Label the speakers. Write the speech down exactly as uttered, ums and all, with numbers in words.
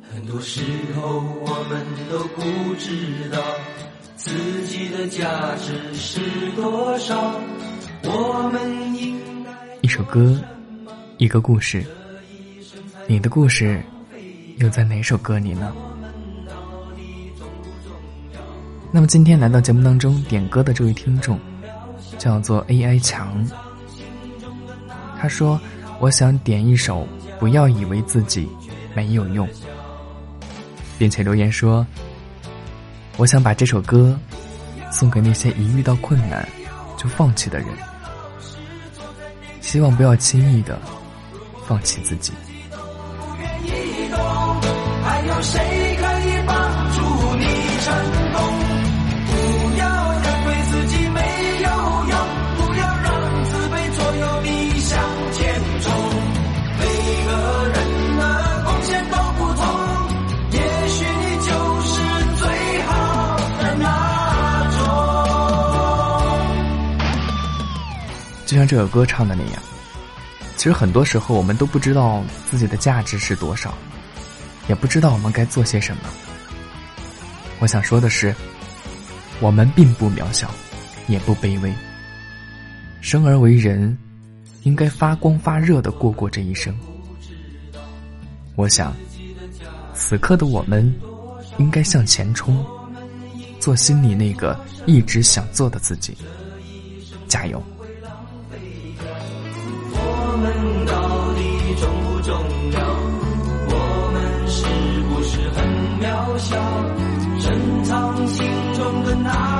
Speaker 1: 很多时候我们都不知道自己的价值是多少，我们应该
Speaker 2: 一首歌，一个故事，你的故事又在哪首歌里呢？那么今天来到节目当中点歌的这位听众叫做 A I 强，他说我想点一首不要以为自己没有用，并且留言说我想把这首歌送给那些一遇到困难就放弃的人，希望不要轻易的放弃自己。
Speaker 1: 还有谁可以帮助你成功？不要认为自己没有用，不要让自卑左右你向前冲。每个人的贡献都不同，也许你就是最好的那种。
Speaker 2: 就像这首歌唱的那样，其实很多时候我们都不知道自己的价值是多少，也不知道我们该做些什么。我想说的是，我们并不渺小，也不卑微。生而为人，应该发光发热地过过这一生。我想，此刻的我们应该向前冲，做心里那个一直想做的自己。加油！
Speaker 1: 我们到底重不重要？我们是不是很渺小？珍藏心中的那